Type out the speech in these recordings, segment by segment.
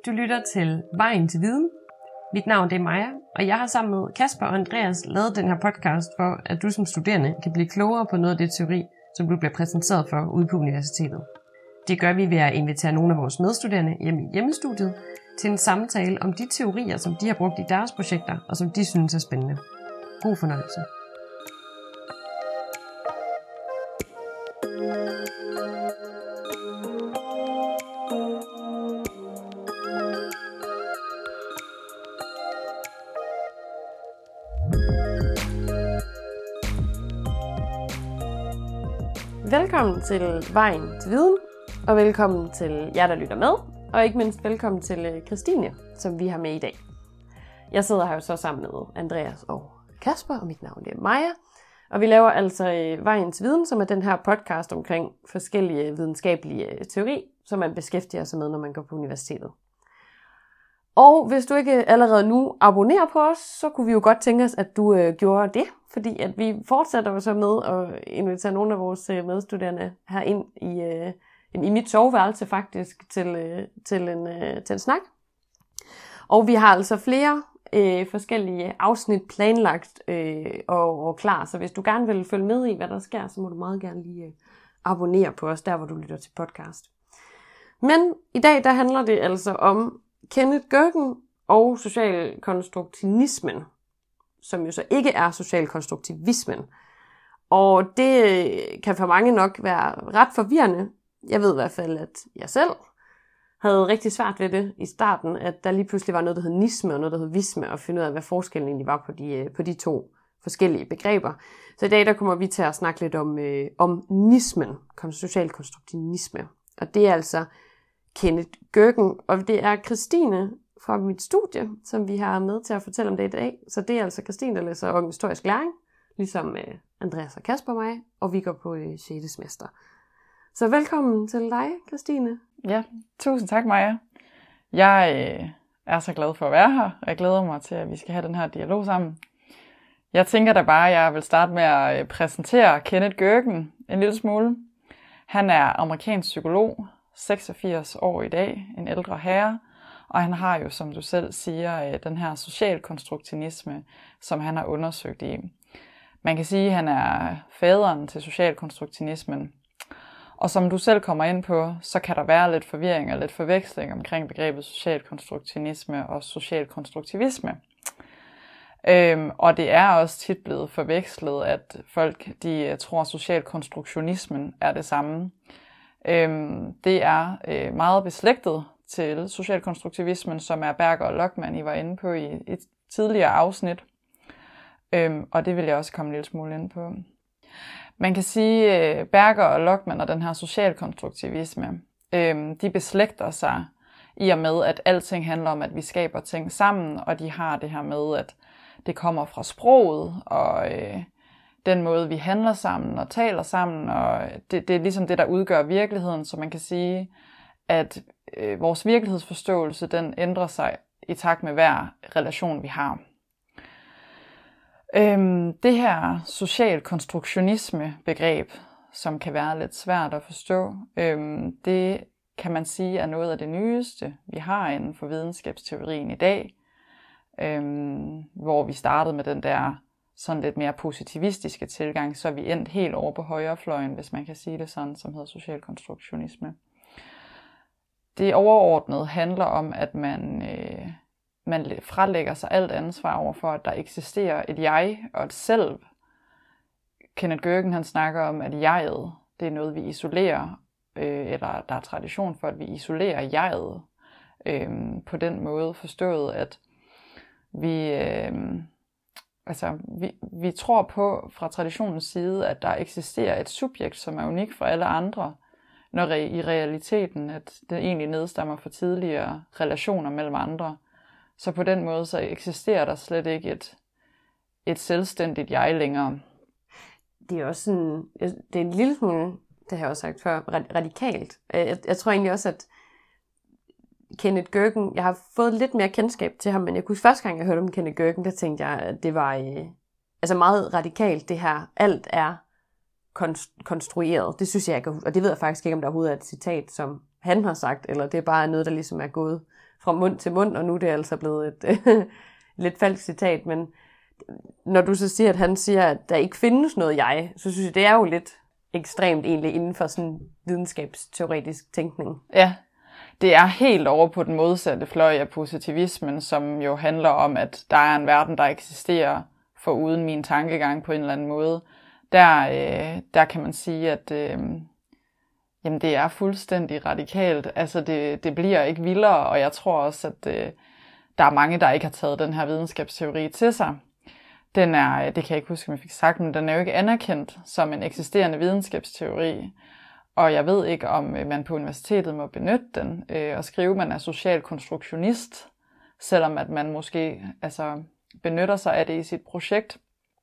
Du lytter til Vejen til Viden. Mit navn er Maja, og jeg har sammen med Kasper og Andreas lavet den her podcast for, at du som studerende kan blive klogere på noget af det teori, som du bliver præsenteret for ude på universitetet. Det gør vi ved at invitere nogle af vores medstuderende hjem i hjemmestudiet til en samtale om de teorier, som de har brugt i deres projekter, og som de synes er spændende. God fornøjelse. Velkommen til Vejen til Viden, og velkommen til jer, der lytter med, og ikke mindst velkommen til Christine, som vi har med i dag. Jeg sidder her jo så sammen med Andreas og Kasper, og mit navn er Maja, og vi laver altså Vejen til Viden, som er den her podcast omkring forskellige videnskabelige teori, som man beskæftiger sig med, når man går på universitetet. Og hvis du ikke allerede nu abonnerer på os, så kunne vi jo godt tænke os, at du gjorde det, fordi at vi fortsætter jo så med at invitere nogle af vores medstuderende her ind i mit soveværelse faktisk til en snak. Og vi har altså flere forskellige afsnit planlagt og klar, så hvis du gerne vil følge med i, hvad der sker, så må du meget gerne lige abonnere på os, der hvor du lytter til podcast. Men i dag der handler det altså om Kenneth Gergen og socialkonstruktivismen, som jo så ikke er socialkonstruktivismen. Og det kan for mange nok være ret forvirrende. Jeg ved i hvert fald, at jeg selv havde rigtig svært ved det i starten, at der lige pludselig var noget, der hed nisme og noget, der hed visme, og finde ud af, hvad forskellen egentlig var på de to forskellige begreber. Så i dag der kommer vi til at snakke lidt om nismen, socialkonstruktivisme. Og det er altså Kenneth Gergen, og det er Christine fra mit studie, som vi har med til at fortælle om det i dag. Så det er altså Christine, der læser organisatorisk læring, ligesom Andreas og Kasper og mig, og vi går på 6. semester. Så velkommen til dig, Christine. Ja, tusind tak, Maja. Jeg er så glad for at være her, og jeg glæder mig til, at vi skal have den her dialog sammen. Jeg tænker da bare, at jeg vil starte med at præsentere Kenneth Gergen en lille smule. Han er amerikansk psykolog, 86 år i dag, en ældre herre, og han har jo, som du selv siger, den her socialkonstruktivisme, som han har undersøgt i. Man kan sige, at han er faderen til socialkonstruktivismen. Og som du selv kommer ind på, så kan der være lidt forvirring og lidt forveksling omkring begrebet socialkonstruktivisme og socialkonstruktivisme. Og det er også tit blevet forvekslet, at folk de tror, at socialkonstruktionismen er det samme. Det er meget beslægtet til socialkonstruktivismen, som er Berger og Lachmann, I var inde på i et tidligere afsnit. Og det vil jeg også komme en lille smule ind på. Man kan sige, at Berger og Lachmann og den her socialkonstruktivisme, de beslægter sig i og med, at alting handler om, at vi skaber ting sammen, og de har det her med, at det kommer fra sproget, og den måde, vi handler sammen og taler sammen, og det er ligesom det, der udgør virkeligheden, så man kan sige, at vores virkelighedsforståelse, den ændrer sig i takt med hver relation, vi har. Det her socialkonstruktionisme-begreb, som kan være lidt svært at forstå, det kan man sige er noget af det nyeste, vi har inden for videnskabsteorien i dag, hvor vi startede med den der sådan lidt mere positivistiske tilgang, så er vi endt helt over på højrefløjen, hvis man kan sige det sådan, som hedder socialkonstruktionisme. Det overordnet handler om, at man fralægger sig alt ansvar over for, at der eksisterer et jeg og et selv. Kenneth Gergen han snakker om, at jeget, det er noget, vi isolerer, eller der er tradition for, at vi isolerer jeget på den måde forstået, at vi tror på fra traditionens side, at der eksisterer et subjekt, som er unik for alle andre, når i realiteten, at det egentlig nedstammer fra tidligere relationer mellem andre. Så på den måde, så eksisterer der slet ikke et selvstændigt jeg længere. Det er også sådan, det er en lille smule, det har jeg også sagt før, radikalt. Jeg tror egentlig også, at Kenneth Gergen, jeg har fået lidt mere kendskab til ham, men jeg kunne første gang, jeg hørte om Kenneth Gergen, der tænkte jeg, at det var meget radikalt, det her. Alt er konstrueret. Det synes jeg ikke, og det ved jeg faktisk ikke, om der overhovedet er et citat, som han har sagt, eller det er bare noget, der ligesom er gået fra mund til mund, og nu er det altså blevet et lidt falsk citat, men når du så siger, at han siger, at der ikke findes noget jeg, så synes jeg, det er jo lidt ekstremt egentlig inden for sådan videnskabsteoretisk tænkning. Ja, det er helt over på den modsatte fløj af positivismen, som jo handler om, at der er en verden, der eksisterer foruden min tankegang på en eller anden måde. Der kan man sige, at jamen, det er fuldstændig radikalt. Altså det bliver ikke vildere, og jeg tror også, at der er mange, der ikke har taget den her videnskabsteori til sig. Det kan jeg ikke huske, om jeg fik sagt, men den er jo ikke anerkendt som en eksisterende videnskabsteori. Og jeg ved ikke, om man på universitetet må benytte den og skrive, at man er socialkonstruktionist, selvom at man måske benytter sig af det i sit projekt.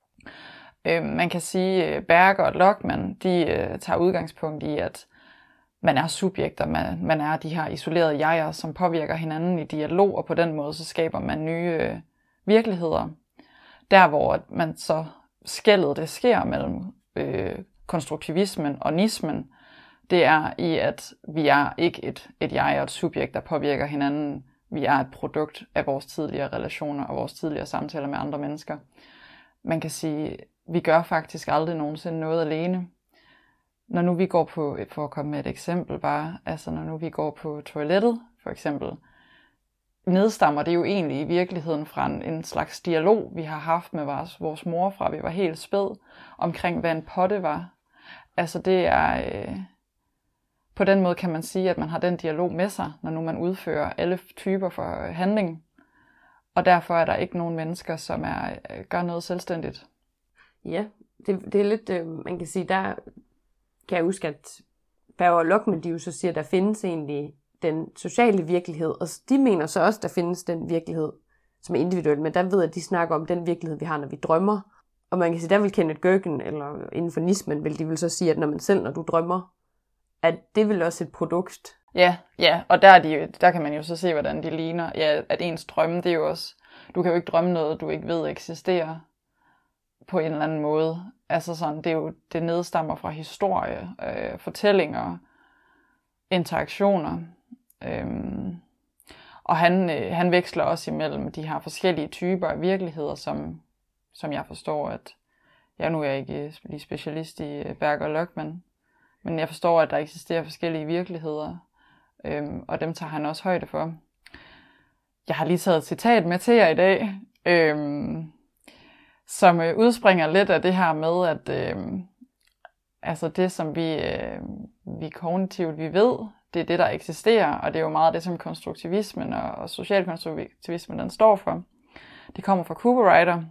Man kan sige, at Berger og Lachmann, de tager udgangspunkt i, at man er subjekter, man er de her isolerede jeger, som påvirker hinanden i dialog, og på den måde så skaber man nye virkeligheder. Der hvor man så skellet det sker mellem konstruktivismen og nismen, det er i, at vi er ikke et jeg og et subjekt, der påvirker hinanden. Vi er et produkt af vores tidligere relationer og vores tidligere samtaler med andre mennesker. Man kan sige, vi gør faktisk aldrig nogensinde noget alene. Når nu vi går på, for at komme med et eksempel bare, altså når nu vi går på toilettet for eksempel, nedstammer det jo egentlig i virkeligheden fra en slags dialog, vi har haft med vores mor fra vi var helt spæd, omkring hvad en potte var. Altså det er, på den måde kan man sige, at man har den dialog med sig, når nu man udfører alle typer for handling. Og derfor er der ikke nogen mennesker, som gør noget selvstændigt. Ja, det er lidt, man kan sige, der kan jeg huske, at Berger og Lachmann, de jo så siger, at der findes egentlig den sociale virkelighed, og de mener så også, at der findes den virkelighed, som er individuel, men der ved jeg, at de snakker om den virkelighed, vi har, når vi drømmer. Og man kan sige, der vil Kenneth Gergen, eller inden for nismen, vil de vil så sige, at når du drømmer, at det vil også et produkt. Ja, og der kan man jo så se, hvordan de ligner. Ja, at ens drømme, det er jo også, du kan jo ikke drømme noget, du ikke ved eksisterer på en eller anden måde. Altså sådan, det nedstammer fra historie, fortællinger, interaktioner. Og han veksler også imellem de her forskellige typer af virkeligheder, som jeg forstår, at nu er jeg ikke lige specialist i Berger og Lachmann, men jeg forstår, at der eksisterer forskellige virkeligheder, og dem tager han også højde for. Jeg har lige taget et citat med til jer i dag, som udspringer lidt af det her med, at altså det, som vi kognitivt vi ved, det er det, der eksisterer, og det er jo meget det, som konstruktivismen og socialkonstruktivismen den står for. Det kommer fra Cooper-Writer,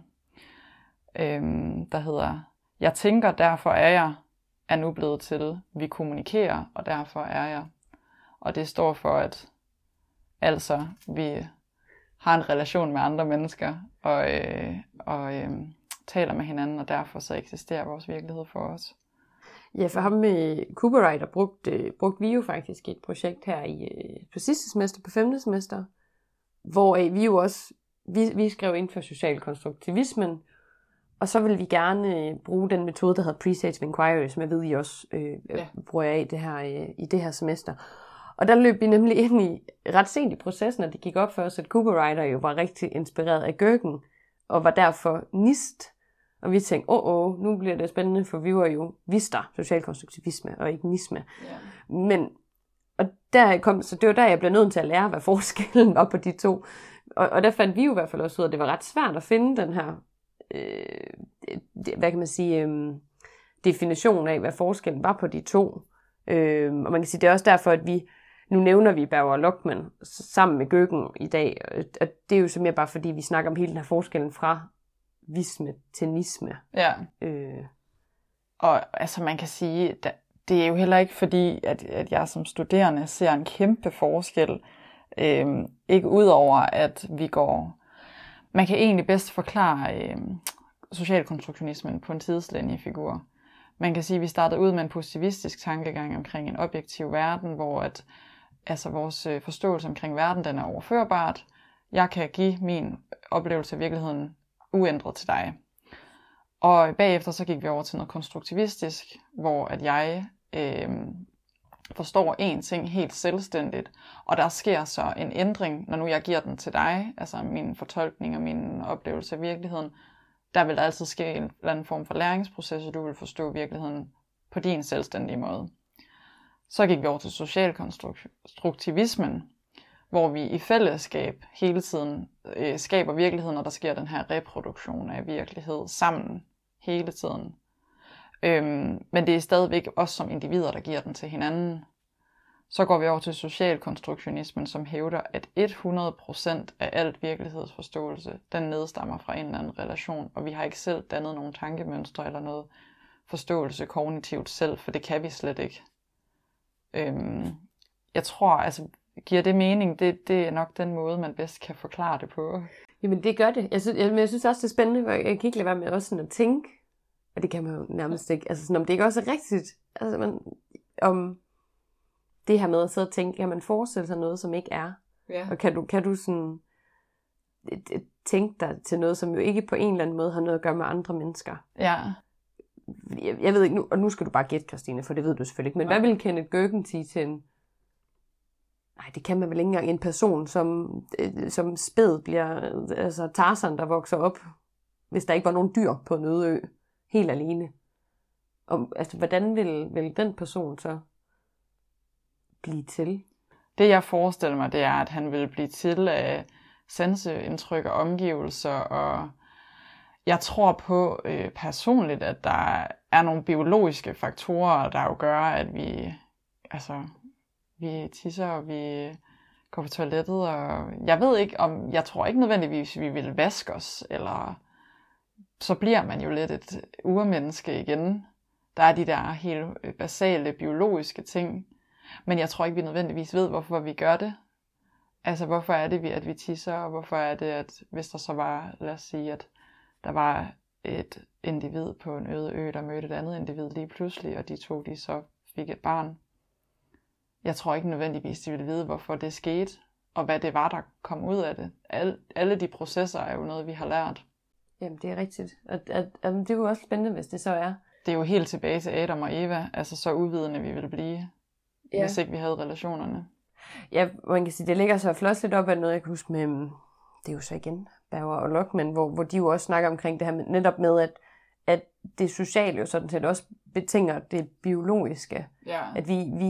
der hedder, jeg tænker, derfor er jeg, er nu blevet til, vi kommunikerer, og derfor er jeg. Og det står for, at altså vi har en relation med andre mennesker, og taler med hinanden, og derfor så eksisterer vores virkelighed for os. Ja, for ham med Cooper-Writer brugte vi jo faktisk et projekt her på sidste semester, på 5. semester, hvor vi jo også, vi skrev ind for socialkonstruktivismen, og så vil vi gerne bruge den metode, der hedder Presage Inquiry, som jeg ved, I også bruger af i det her semester. Og der løb vi nemlig ind i ret sent i processen, og det gik op for os, at Cooper-Writer jo var rigtig inspireret af Gergen, og var derfor nist. Og vi tænkte, nu bliver det spændende, for vi var jo vister, socialkonstruktivisme, og ikke nisme. Yeah. Men, og så det var der, jeg blev nødt til at lære, hvad forskellen var på de to. Og der fandt vi jo i hvert fald også ud af, at det var ret svært at finde den her, hvad kan man sige, definition af, hvad forskellen var på de to. Og man kan sige, det er også derfor, at nu nævner vi Berger og Lachmann sammen med Gergen i dag. Og det er jo simpelthen bare, fordi vi snakker om hele den her forskellen fra visme til nisme. Ja. Og altså man kan sige, det er jo heller ikke fordi, at jeg som studerende ser en kæmpe forskel. Ikke udover, at vi går... Man kan egentlig bedst forklare socialkonstruktionismen på en tidslinjefigur. Man kan sige, at vi startede ud med en positivistisk tankegang omkring en objektiv verden, hvor vores forståelse omkring verden, den er overførbart. Jeg kan give min oplevelse af virkeligheden uændret til dig. Og bagefter så gik vi over til noget konstruktivistisk, hvor at jeg forstår én ting helt selvstændigt, og der sker så en ændring, når nu jeg giver den til dig, altså min fortolkning og min oplevelse af virkeligheden, der vil der altid ske en eller anden form for læringsproces, og du vil forstå virkeligheden på din selvstændige måde. Så gik vi over til socialkonstruktivismen, hvor vi i fællesskab hele tiden skaber virkeligheden, og der sker den her reproduktion af virkelighed sammen hele tiden. Men det er stadigvæk os som individer, der giver den til hinanden. Så går vi over til socialkonstruktionismen, som hævder, at 100% af alt virkelighedsforståelse, den nedstammer fra en eller anden relation, og vi har ikke selv dannet nogle tankemønstre eller noget forståelse kognitivt selv, for det kan vi slet ikke. Jeg tror, altså, giver det mening? Det er nok den måde, man bedst kan forklare det på. Jamen det gør det. Jeg synes også, det er spændende, for jeg kan ikke lade være med også sådan at tænke, og det kan man jo nærmest ikke, altså sådan, om det ikke også er rigtigt, altså om det her med at sidde og tænke, kan man forestille sig noget, som ikke er? Ja. Og kan du sådan tænke dig til noget, som jo ikke på en eller anden måde har noget at gøre med andre mennesker? Ja. Jeg ved ikke, og nu skal du bare gætte, Christine, for det ved du selvfølgelig ikke, men hvad vil Kenneth Gergen sige til en, nej, det kan man vel ikke engang, en person, som spæd bliver, altså Tarzan, der vokser op, hvis der ikke var nogen dyr på en øde ø, helt alene. Og, altså, hvordan vil den person så blive til? Det jeg forestiller mig, det er, at han vil blive til af sanseindtryk og omgivelser, og jeg tror på personligt, at der er nogle biologiske faktorer, der jo gør, at vi tisser, og vi går på toilettet, og jeg tror ikke nødvendigvis, vi vil vaske os, eller så bliver man jo lidt et urmenneske igen. Der er de der helt basale biologiske ting, men jeg tror ikke, vi nødvendigvis ved, hvorfor vi gør det. Altså, hvorfor er det, at vi tisser, og hvorfor er det, at hvis der så var, lad os sige, at der var et individ på en øde ø, der mødte et andet individ lige pludselig, og de så fik et barn. Jeg tror ikke nødvendigvis, de ville vide, hvorfor det skete, og hvad det var, der kom ud af det. Alle de processer er jo noget, vi har lært. Jamen, det er rigtigt. Og det er jo også spændende, hvis det så er. Det er jo helt tilbage til Adam og Eva, altså så uvidende vi ville blive, hvis ikke vi havde relationerne. Ja, man kan sige, det ligger så flot lidt op af noget, jeg kan huske med, det er jo så igen Bauer og Luckman, hvor de jo også snakker omkring det her, netop med, at det sociale jo sådan set også betinger det biologiske. Ja. At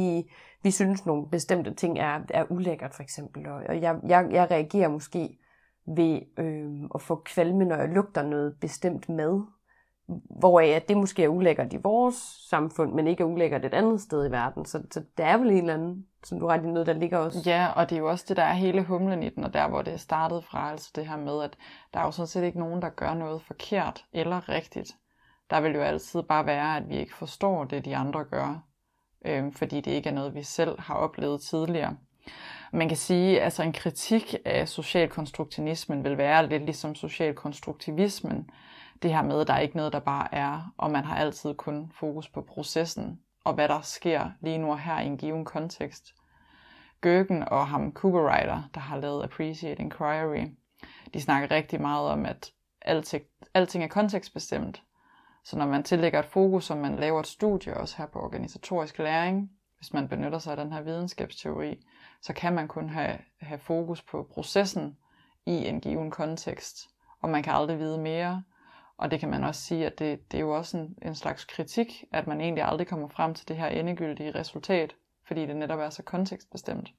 vi synes, nogle bestemte ting er ulækkert, for eksempel. Og jeg reagerer måske ved at få kvalme, når jeg lugter noget bestemt mad. Hvoraf at det måske er ulækkert i vores samfund, men ikke er ulækkert et andet sted i verden. Så der er vel en eller anden, som du ret i noget, der ligger også. Ja, og det er jo også det, der er hele humlen i den, og der, hvor det er startet fra, altså det her med, at der er jo sådan set ikke nogen, der gør noget forkert eller rigtigt. Der vil jo altid bare være, at vi ikke forstår det, de andre gør, fordi det ikke er noget, vi selv har oplevet tidligere. Man kan sige, altså en kritik af socialkonstruktivismen vil være lidt ligesom socialkonstruktivismen. Det her med, at der er ikke noget, der bare er, og man har altid kun fokus på processen, og hvad der sker lige nu og her i en given kontekst. Gergen og ham Cooperrider, der har lavet Appreciate Inquiry, de snakker rigtig meget om, at alting er kontekstbestemt. Så når man tillægger et fokus, og man laver et studie også her på organisatorisk læring, hvis man benytter sig af den her videnskabsteori, så kan man kun have fokus på processen i en given kontekst, og man kan aldrig vide mere. Og det kan man også sige, at det er jo også en slags kritik, at man egentlig aldrig kommer frem til det her endegyldige resultat, fordi det netop er så kontekstbestemt.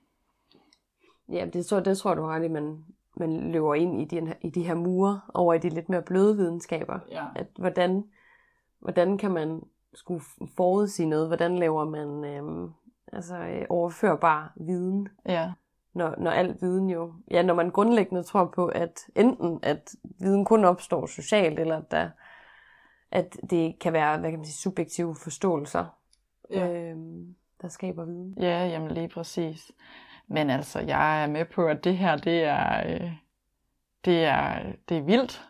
Ja, det tror du ret i, man løber ind i de her mure over i de lidt mere bløde videnskaber. Ja. At hvordan kan man skulle forudsige noget? Hvordan laver man overførbar viden? Ja. Når al viden jo... Ja, når man grundlæggende tror på, at enten at viden kun opstår socialt, eller at det kan være, hvad kan man sige, subjektive forståelser, der skaber viden. Ja, jamen lige præcis. Men altså, jeg er med på, at det her, det er vildt.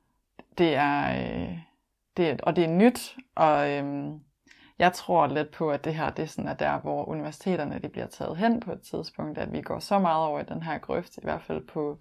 Og det er nyt, og jeg tror lidt på, at det her, det sådan er der, hvor universiteterne de bliver taget hen på et tidspunkt, at vi går så meget over i den her grøft, i hvert fald på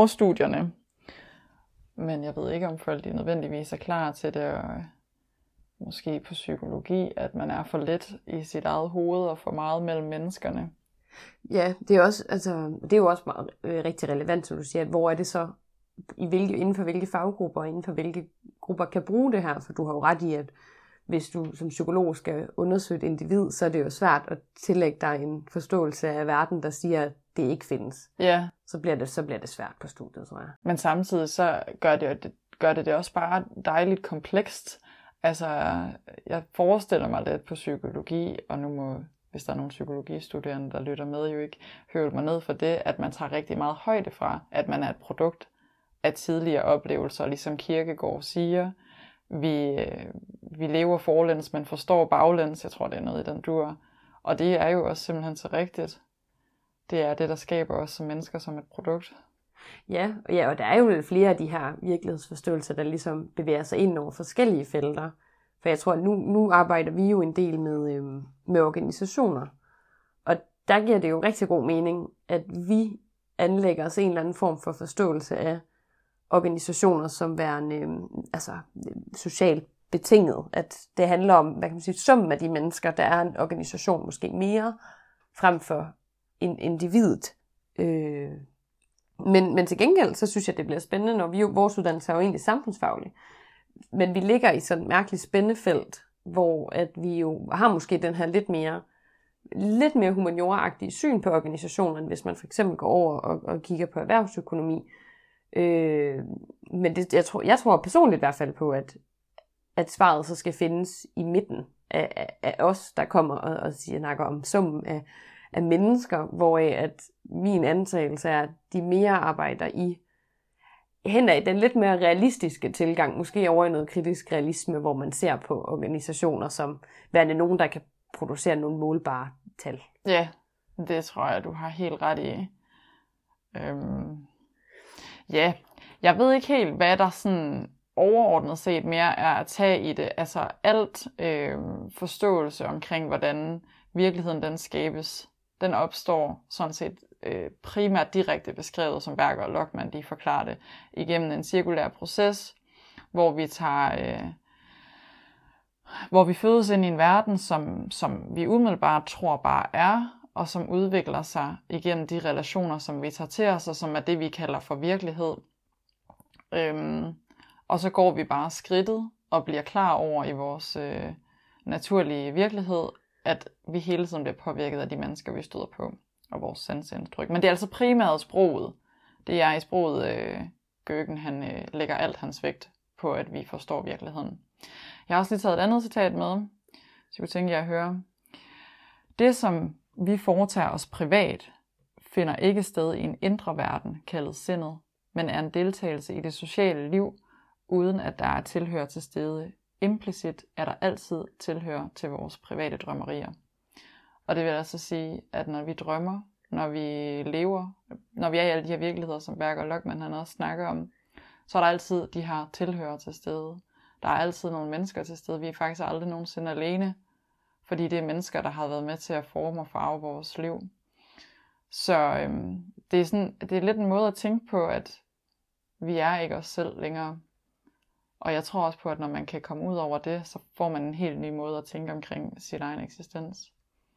humaniorstudierne. Men jeg ved ikke, om folk de nødvendigvis er klar til det, måske på psykologi, at man er for lidt i sit eget hoved og for meget mellem menneskerne. Ja, det er også, det er jo også meget, rigtig relevant, som du siger, hvor er det så, inden for hvilke faggrupper og inden for hvilke grupper kan bruge det her, for du har jo ret i, at hvis du som psykolog skal undersøge et individ, så er det jo svært at tillægge dig en forståelse af verden, der siger, at det ikke findes. Ja. Så bliver det svært på studiet, tror jeg. Men samtidig så gør det også bare dejligt komplekst. Altså, jeg forestiller mig lidt på psykologi, og nu må, hvis der er nogle psykologistuderende, der lytter med, jo ikke høvle mig ned for det, at man tager rigtig meget højde fra, at man er et produkt af tidligere oplevelser, ligesom Kierkegaard siger. Vi lever forlæns, men forstår baglæns. Jeg tror, det er noget i den dur. Og det er jo også simpelthen så rigtigt. Det er det, der skaber os som mennesker som et produkt. Ja, og der er jo flere af de her virkelighedsforståelser, der ligesom bevæger sig ind over forskellige felter. For jeg tror, at nu arbejder vi jo en del med organisationer. Og der giver det jo rigtig god mening, at vi anlægger os en eller anden form for forståelse af organisationer som værende socialt betinget. At det handler om, summen af de mennesker, der er en organisation måske mere, frem for individet. Men til gengæld, så synes jeg, det bliver spændende, når vores uddannelse er jo egentlig samfundsfaglig. Men vi ligger i sådan et mærkeligt spændefelt, hvor at vi jo har måske den her lidt mere humaniora-agtige syn på organisationen, hvis man for eksempel går over og kigger på erhvervsøkonomi. Men jeg tror personligt i hvert fald på, at svaret så skal findes i midten af os, der kommer og snakker om summen af mennesker, hvoraf at min antagelse er, at de mere arbejder hen ad den lidt mere realistiske tilgang, måske over i noget kritisk realisme, hvor man ser på organisationer som værende nogen, der kan producere nogle målbare tal. Ja, det tror jeg, du har helt ret i. Ja, jeg ved ikke helt, hvad der sådan overordnet set mere er at tage i det. Altså alt forståelse omkring, hvordan virkeligheden den skabes, den opstår sådan set primært direkte beskrevet, som Berger og Lachmann de forklarer det, igennem en cirkulær proces, hvor vi fødes ind i en verden, som vi umiddelbart tror bare er, og som udvikler sig igennem de relationer, som vi tager til os, og som er det, vi kalder for virkelighed. Og så går vi bare skridtet og bliver klar over i vores naturlige virkelighed, at vi hele tiden bliver påvirket af de mennesker, vi støder på, og vores sanseindtryk. Men det er altså primært sproget. Det er i sproget, Göken han lægger alt hans vægt på, at vi forstår virkeligheden. Jeg har også lige taget et andet citat med, så jeg kunne tænke jer at høre. Det, som vi foretager os privat, finder ikke sted i en indre verden, kaldet sindet, men er en deltagelse i det sociale liv, uden at der er tilhør til stede. Implicit er der altid tilhør til vores private drømmerier. Og det vil altså sige, at når vi drømmer, når vi lever, når vi er i alle de her virkeligheder, som Berger og Lachmann han også snakker om, så er der altid de her tilhør til stede. Der er altid nogle mennesker til stede. Vi er faktisk aldrig nogensinde alene, fordi det er mennesker, der har været med til at forme og farve vores liv. Så det er lidt en måde at tænke på, at vi er ikke os selv længere. Og jeg tror også på, at når man kan komme ud over det, så får man en helt ny måde at tænke omkring sin egen eksistens.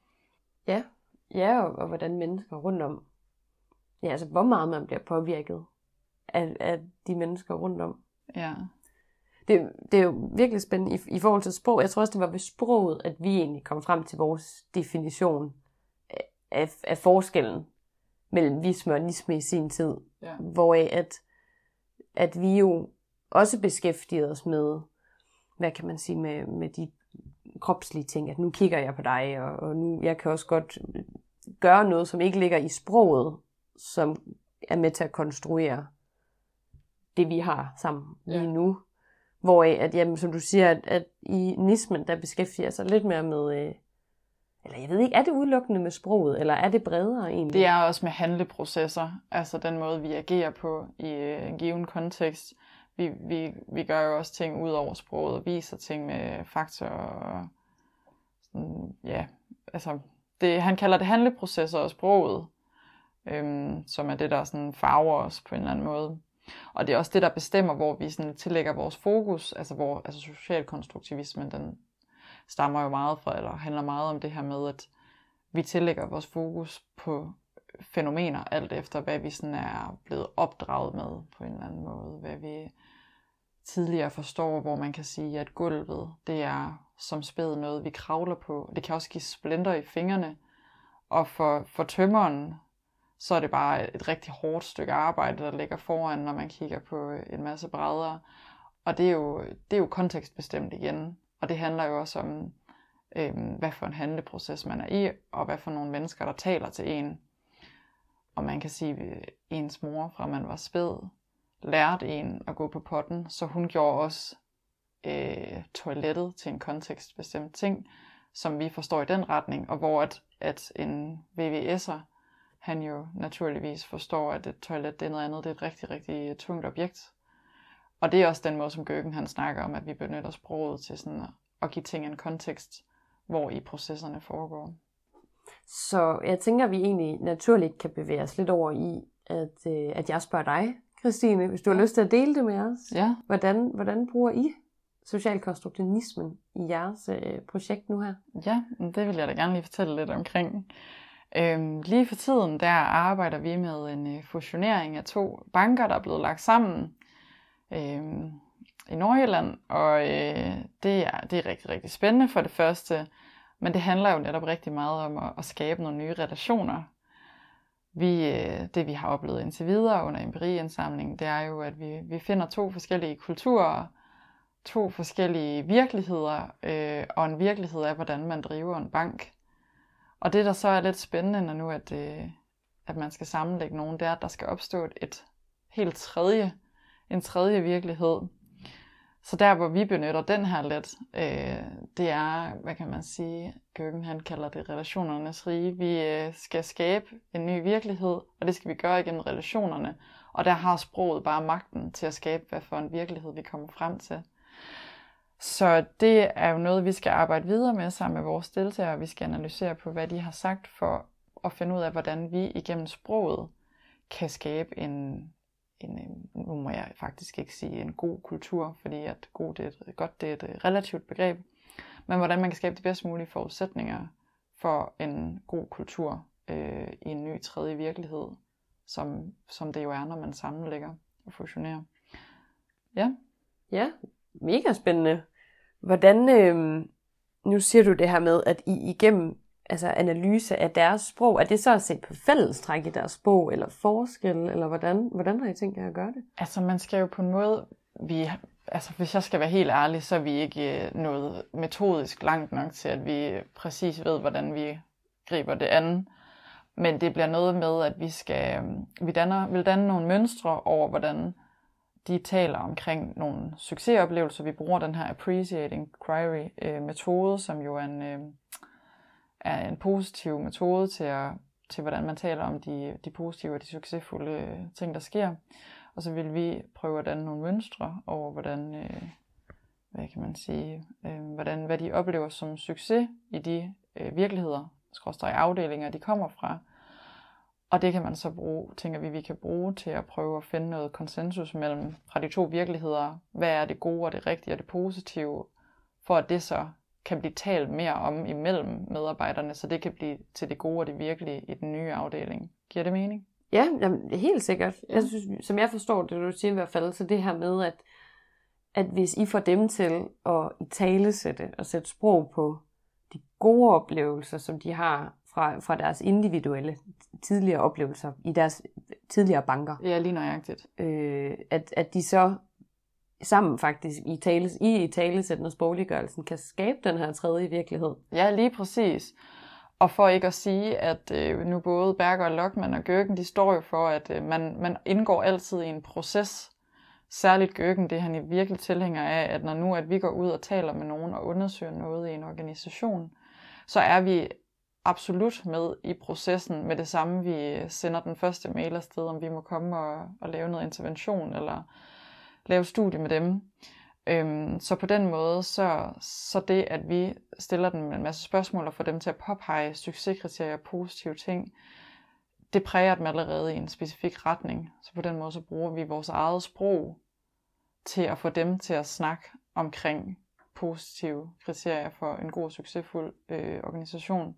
Ja, og hvordan mennesker rundt om, ja, altså hvor meget man bliver påvirket af de mennesker rundt om. Ja. Det er jo virkelig spændende i forhold til sprog. Jeg tror også, det var ved sproget, at vi egentlig kom frem til vores definition af forskellen mellem visme og nisme i sin tid. Ja. Hvoraf at vi jo også beskæftigede os med, hvad kan man sige, med de kropslige ting, at nu kigger jeg på dig, og nu jeg kan også godt gøre noget, som ikke ligger i sproget, som er med til at konstruere det, vi har sammen lige nu. Hvoraf, at jamen, som du siger, at i nismen, der beskæftiger sig lidt mere med, eller jeg ved ikke, er det udelukkende med sproget, eller er det bredere egentlig? Det er også med handleprocesser, altså den måde, vi agerer på i en given kontekst. Vi gør jo også ting ud over sproget og viser ting med fakta og sådan, ja, altså han kalder det handleprocesser og sproget, som er det, der sådan farver os på en eller anden måde. Og det er også det, der bestemmer, hvor vi sådan tillægger vores fokus. Altså socialkonstruktivismen, den stammer jo meget fra, eller handler meget om det her med, at vi tillægger vores fokus på fænomener, alt efter hvad vi sådan er blevet opdraget med på en eller anden måde. Hvad vi tidligere forstår, hvor man kan sige, at gulvet, det er som spæd noget, vi kravler på. Det kan også give splinter i fingrene. Og for tømmeren, så er det bare et rigtig hårdt stykke arbejde, der ligger foran, når man kigger på en masse brædder. Og det er jo kontekstbestemt igen. Og det handler jo også om, hvad for en handleproces man er i, og hvad for nogle mennesker, der taler til en. Og man kan sige, at ens mor, fra man var spæd, lærte en at gå på potten, så hun gjorde også toilettet til en kontekstbestemt ting, som vi forstår i den retning, og hvor at en VVS'er, han jo naturligvis forstår, at et toilet det er noget andet, det er et rigtig, rigtig tungt objekt. Og det er også den måde, som Göken han snakker om, at vi benytter sproget til sådan at give ting en kontekst, hvor i processerne foregår. Så jeg tænker, at vi egentlig naturligt kan bevæge os lidt over i, at jeg spørger dig, Christine, hvis du har lyst til at dele det med os. Ja. Hvordan bruger I socialkonstruktionismen i jeres projekt nu her? Ja, det vil jeg da gerne lige fortælle lidt omkring. Lige for tiden, der arbejder vi med en fusionering af 2 banker, der er blevet lagt sammen i Nordjylland, og det er rigtig, rigtig spændende for det første, men det handler jo netop rigtig meget om at skabe nogle nye relationer. Det vi har oplevet indtil videre under empiriindsamlingen, det er jo, at vi finder 2 forskellige kulturer, 2 forskellige virkeligheder, og en virkelighed af, hvordan man driver en bank. Og det, der så er lidt spændende, når nu at man skal sammenlægge nogen, det er, at der skal opstå en tredje virkelighed. Så der, hvor vi benytter den her lidt, det er, hvad kan man sige, Göken han kalder det relationernes rige. Vi skal skabe en ny virkelighed, og det skal vi gøre igennem relationerne. Og der har sproget bare magten til at skabe, hvad for en virkelighed vi kommer frem til. Så det er jo noget, vi skal arbejde videre med sammen med vores deltagere. Vi skal analysere på, hvad de har sagt, for at finde ud af, hvordan vi igennem sproget kan skabe nu må jeg faktisk ikke sige en god kultur, fordi at god det er et relativt begreb, men hvordan man kan skabe de bedst mulige forudsætninger for en god kultur i en ny tredje virkelighed, som det jo er, når man sammenlægger og fusionerer. Ja, mega spændende. Hvordan, nu siger du det her med, at I igennem analyse af deres sprog, er det så at se på fællestræk i deres sprog, eller forskel, eller hvordan har I tænkt jer at gøre det? Altså man skal jo på en måde, hvis jeg skal være helt ærlig, så er vi ikke noget metodisk langt nok til, at vi præcis ved, hvordan vi griber det an. Men det bliver noget med, at vi vil danne nogle mønstre over, hvordan de taler omkring nogle succesoplevelser. Vi bruger den her Appreciating Query metode, som jo er en positiv metode til hvordan man taler om de positive og de succesfulde ting, der sker. Og så vil vi prøve at danne nogle mønstre over, hvordan, hvad kan man sige, hvad de oplever som succes i de virkeligheder, afdelinger, de kommer fra. Og det kan man så tænker vi kan bruge til at prøve at finde noget konsensus mellem fra de 2 virkeligheder. Hvad er det gode og det rigtige og det positive, for at det så kan blive talt mere om imellem medarbejderne, så det kan blive til det gode og det virkelige i den nye afdeling. Giver det mening? Ja, jamen, helt sikkert. Ja. Jeg synes, som jeg forstår det, du siger i hvert fald, så det her med, at hvis I får dem til at italesætte og sætte sprog på de gode oplevelser, som de har fra deres individuelle tidligere oplevelser i deres tidligere banker. Ja, lige nøjagtigt. At de så sammen faktisk i italesætten og sprogliggørelsen kan skabe den her tredje virkelighed. Ja, lige præcis. Og for ikke at sige, at nu både Berger og Lockman og Göken, de står jo for, at man indgår altid i en proces. Særligt Göken, det er han virkelig tilhænger af, at når at vi går ud og taler med nogen og undersøger noget i en organisation, så er vi absolut med i processen med det samme. Vi sender den første mail afsted, om vi må komme og lave noget intervention eller lave studie med dem. Så på den måde, så det, at vi stiller dem en masse spørgsmål og får dem til at påpege succeskriterier og positive ting, det præger dem allerede i en specifik retning. Så på den måde så bruger vi vores eget sprog til at få dem til at snakke omkring positive kriterier for en god og succesfuld organisation.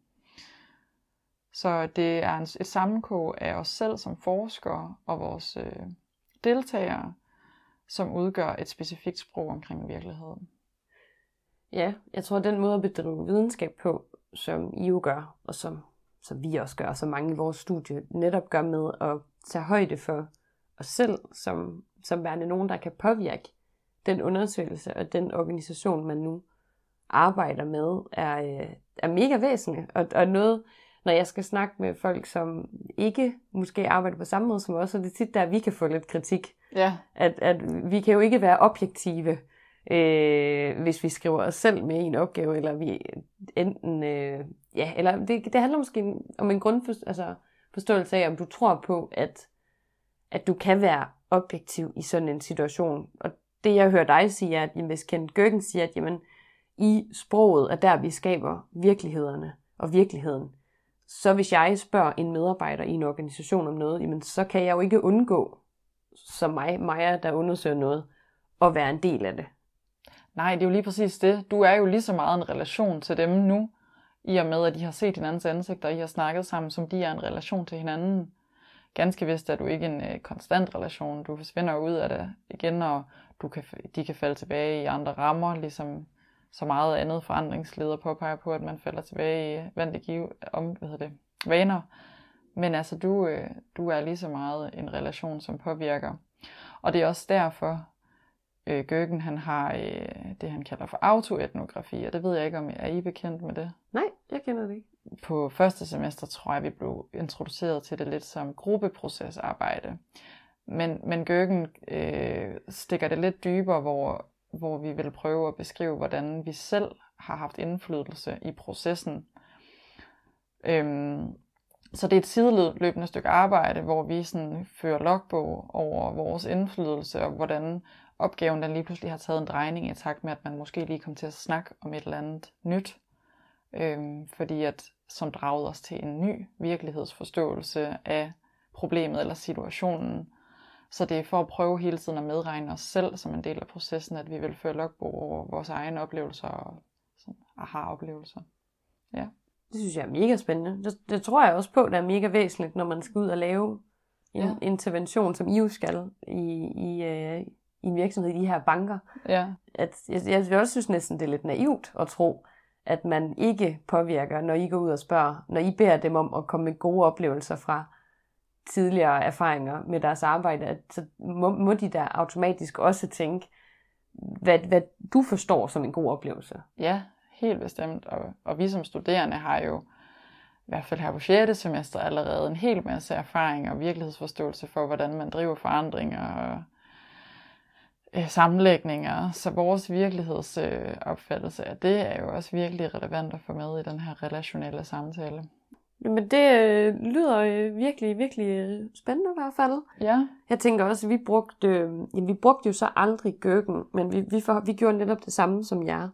Så det er et sammenkog af os selv som forskere og vores deltagere, som udgør et specifikt sprog omkring virkeligheden. Ja, jeg tror, at den måde at bedrive videnskab på, som I jo gør, og som vi også gør, og som mange i vores studie netop gør med at tage højde for os selv, som værende nogen, der kan påvirke den undersøgelse og den organisation, man nu arbejder med, er mega væsentligt. Og noget, når jeg skal snakke med folk, som ikke måske arbejder på samme måde som os, så det er tit der, vi kan få lidt kritik. Ja. At vi kan jo ikke være objektive, hvis vi skriver os selv med i en opgave, eller vi enten... eller det handler måske om en grundforståelse af, om du tror på, at du kan være objektiv i sådan en situation. Og det jeg hører dig sige, er, at hvis Kent Gergen siger, at jamen, i sproget er der, vi skaber virkelighederne og virkeligheden. Så hvis jeg spørger en medarbejder i en organisation om noget, jamen, så kan jeg jo ikke undgå, som Maja, der undersøger noget, at være en del af det. Nej, det er jo lige præcis det. Du er jo lige så meget en relation til dem nu, i og med, at I har set hinandens ansigter, og I har snakket sammen, som de er en relation til hinanden. Ganske vist er du ikke en konstant relation. Du forsvinder ud af det igen, og de kan falde tilbage i andre rammer, ligesom så meget andet forandringsleder påpeger på, at man falder tilbage i vante vaner. Men altså, du er lige så meget en relation, som påvirker. Og det er også derfor, Gergen han har det, han kalder for autoetnografi, og det ved jeg ikke, om er I bekendt med det? Nej, jeg kender det ikke. På første semester tror jeg, vi blev introduceret til det lidt som gruppeprocesarbejde. Men Gergen stikker det lidt dybere, hvor vi vil prøve at beskrive, hvordan vi selv har haft indflydelse i processen. Så det er et sideløbende stykke arbejde, hvor vi sådan fører logbog over vores indflydelse, og hvordan opgaven den lige pludselig har taget en drejning i takt med, at man måske lige kom til at snakke om et eller andet nyt. Fordi som dragede os til en ny virkelighedsforståelse af problemet eller situationen. Så det er for at prøve hele tiden at medregne os selv som en del af processen, at vi vil føre logbog over vores egne oplevelser og aha-oplevelser. Ja. Det synes jeg er mega spændende. Det tror jeg også på, det er mega væsentligt, når man skal ud og lave en intervention, som I jo skal i en virksomhed i de her banker. Ja. Jeg også synes næsten, det er lidt naivt at tro, at man ikke påvirker, når I går ud og spørger, når I beder dem om at komme med gode oplevelser fra tidligere erfaringer med deres arbejde, at så må de der automatisk også tænke, hvad du forstår som en god oplevelse. Ja, helt bestemt. Og vi som studerende har jo, i hvert fald her på 6. semester, allerede en hel masse erfaring og virkelighedsforståelse for, hvordan man driver forandringer og sammenlægninger. Så vores virkelighedsopfattelse af det er jo også virkelig relevant at få med i den her relationelle samtale. Men det lyder virkelig, virkelig spændende i hvert fald. Ja. Jeg tænker også, at vi brugte jo så aldrig Gergen, men vi gjorde netop det samme som jer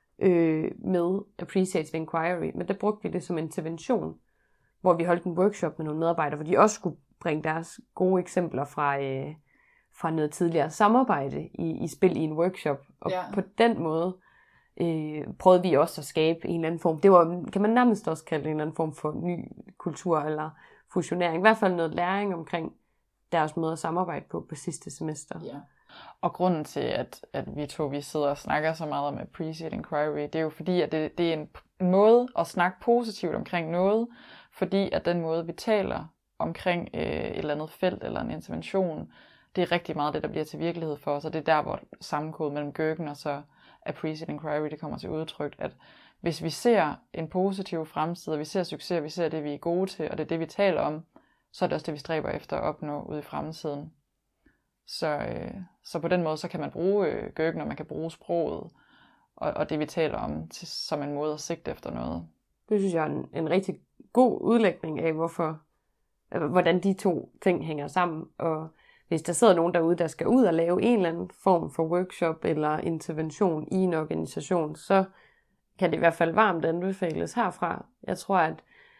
med Appreciative Inquiry. Men der brugte vi det som intervention, hvor vi holdt en workshop med nogle medarbejdere, hvor de også skulle bringe deres gode eksempler fra noget tidligere samarbejde i spil i en workshop. Og på den måde prøvede vi også at skabe en eller anden form. Det var, kan man nærmest også kalde det, en eller anden form for ny kultur eller fusionering. I hvert fald noget læring omkring deres måde at samarbejde på sidste semester. Ja. Og grunden til, at vi sidder og snakker så meget om Appreciative Inquiry, det er jo fordi, at det er en måde at snakke positivt omkring noget, fordi at den måde, vi taler omkring et eller andet felt eller en intervention, det er rigtig meget det, der bliver til virkelighed for os, og det er der, hvor sammenkode mellem Gergen og så Appreciative Inquiry, det kommer til udtryk, at hvis vi ser en positiv fremtid, og vi ser succes, og vi ser det, vi er gode til, og det er det, vi taler om, så er det også det, vi stræber efter at opnå ude i fremtiden. Så på den måde, så kan man bruge Gergen, og man kan bruge sproget, og det, vi taler om, som en måde at sigte efter noget. Det synes jeg er en rigtig god udlægning af, hvordan de to ting hænger sammen, og hvis der sidder nogen derude, der skal ud og lave en eller anden form for workshop eller intervention i en organisation, så kan det i hvert fald varmt anbefales herfra. Jeg tror, at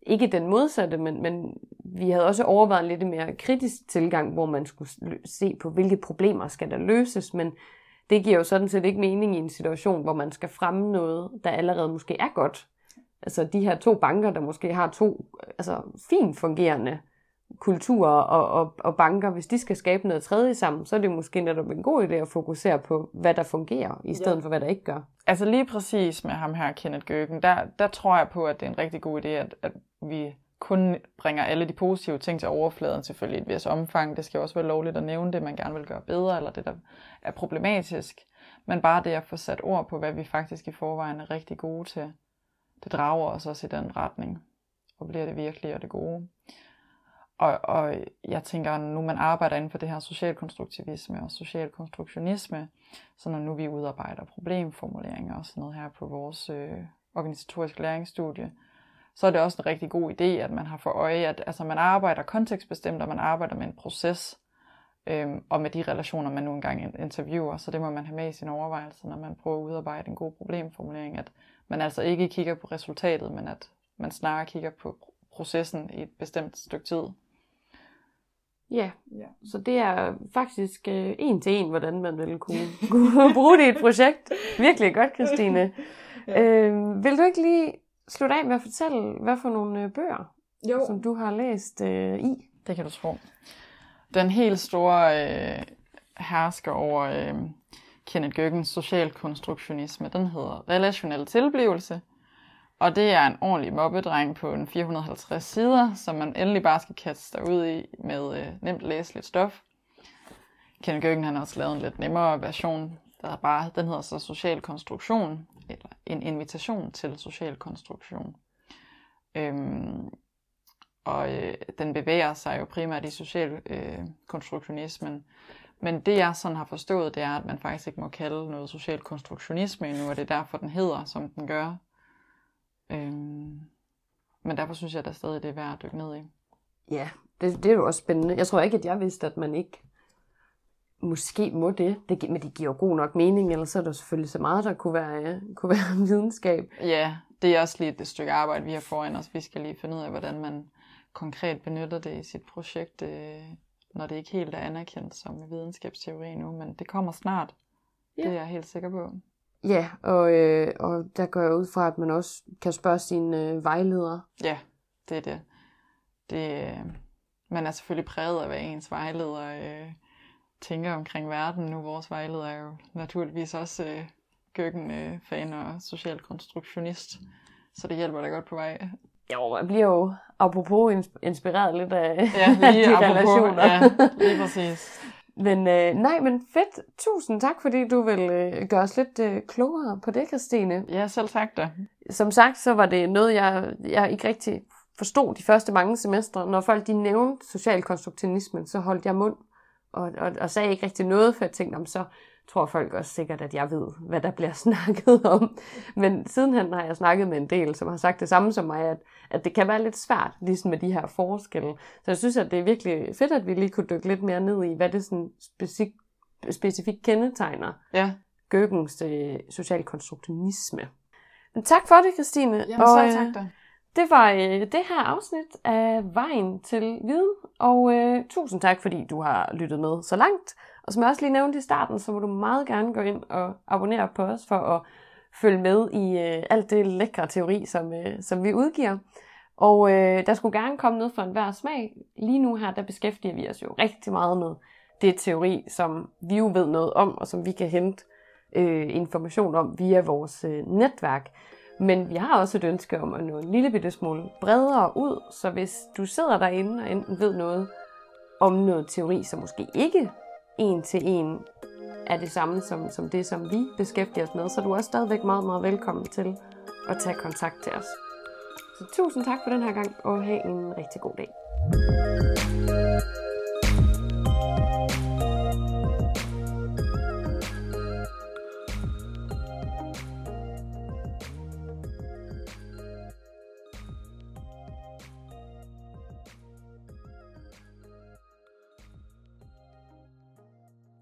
ikke den modsatte, men vi havde også overvejet en lidt mere kritisk tilgang, hvor man skulle se på, hvilke problemer skal der løses, men det giver jo sådan set ikke mening i en situation, hvor man skal fremme noget, der allerede måske er godt. Altså de her 2 banker, der måske har 2 fint fungerende kulturer og banker, hvis de skal skabe noget tredje sammen, så er det måske netop en god idé at fokusere på, hvad der fungerer, i stedet for hvad der ikke gør. Altså lige præcis med ham her, Kenneth Göken, der tror jeg på, at det er en rigtig god idé, at vi kun bringer alle de positive ting til overfladen, selvfølgelig i et vis omfang. Det skal også være lovligt at nævne det, man gerne vil gøre bedre, eller det, der er problematisk. Men bare det at få sat ord på, hvad vi faktisk i forvejen er rigtig gode til, det drager os også i den retning, og bliver det virkelige og det gode. Og jeg tænker, nu man arbejder inden for det her socialkonstruktivisme og socialkonstruktionisme, så når nu vi udarbejder problemformuleringer og sådan noget her på vores organisatoriske læringsstudie, så er det også en rigtig god idé, at man har for øje, at man arbejder kontekstbestemt, og man arbejder med en proces, og med de relationer, man nu engang interviewer. Så det må man have med i sine overvejelser, når man prøver at udarbejde en god problemformulering, at man altså ikke kigger på resultatet, men at man snarere kigger på processen i et bestemt stykke tid. Ja, så det er faktisk 1 til 1, hvordan man ville kunne bruge det i et projekt. Virkelig godt, Christine. Vil du ikke lige slutte af med at fortælle, hvad for nogle bøger, som du har læst i? Det kan du tro. Den helt store hersker over Kenneth Gökens socialkonstruktionisme, den hedder Relationel tilblivelse. Og det er en ordentlig mobbedreng på en 450 sider, som man endelig bare skal kaste sig ud i med nemt læseligt stof. Kenneth Göken han har også lavet en lidt nemmere version, den hedder så Social konstruktion, eller en invitation til social konstruktion. Den bevæger sig jo primært i social konstruktionismen. Men det jeg sådan har forstået, det er, at man faktisk ikke må kalde noget social konstruktionisme endnu, og det er derfor, den hedder, som den gør. Men derfor synes jeg, at der stadig det er værd at dykke ned i. Ja, det er jo også spændende. Jeg tror ikke, at jeg vidste, at man ikke måske må det. Men det giver jo god nok mening, ellers er der selvfølgelig så meget, der kunne være videnskab. Ja, det er også lige et stykke arbejde, vi har foran os. Vi skal lige finde ud af, hvordan man konkret benytter det i sit projekt, når det ikke helt er anerkendt som videnskabsteori nu, men det kommer snart. Ja. Det er jeg helt sikker på. Ja, og der går jeg ud fra, at man også kan spørge sine vejledere. Ja, det er det. Man er selvfølgelig præget af, hvad ens vejleder tænker omkring verden. Nu vores vejleder er jo naturligvis også Göken-fan og socialkonstruktionist, så det hjælper da godt på vej. Jo, jeg bliver jo apropos inspireret lidt af, lige de apropos, relationer. Ja, lige præcis. Men fedt. Tusind tak, fordi du vil gøre os lidt klogere på det, Christine. Ja, selv tak da. Som sagt, så var det noget, jeg ikke rigtig forstod de første mange semestre. Når folk de nævnte socialkonstruktionismen, så holdt jeg mund og sagde ikke rigtig noget, for jeg tænkte, så tror folk også sikkert, at jeg ved, hvad der bliver snakket om. Men sidenhen har jeg snakket med en del, som har sagt det samme som mig, at det kan være lidt svært, ligesom med de her forskelle. Så jeg synes, at det er virkelig fedt, at vi lige kunne dykke lidt mere ned i, hvad det sådan specifikt kendetegner Gökens socialkonstruktionisme. Men tak for det, Christine. Jamen, så tak da. Det var det her afsnit af Vejen til Viden, og tusind tak, fordi du har lyttet med så langt. Og som jeg også lige nævnte i starten, så må du meget gerne gå ind og abonnere på os for at følge med i alt det lækre teori, som vi udgiver. Og der skulle gerne komme noget for enhver smag. Lige nu her, der beskæftiger vi os jo rigtig meget med det teori, som vi jo ved noget om, og som vi kan hente information om via vores netværk. Men vi har også et ønske om at nå en lille bitte smule bredere ud, så hvis du sidder derinde og enten ved noget om noget teori, som måske ikke en til en er det samme som det, som vi beskæftiger os med, så er du også stadigvæk meget, meget velkommen til at tage kontakt til os. Så tusind tak for den her gang, og have en rigtig god dag.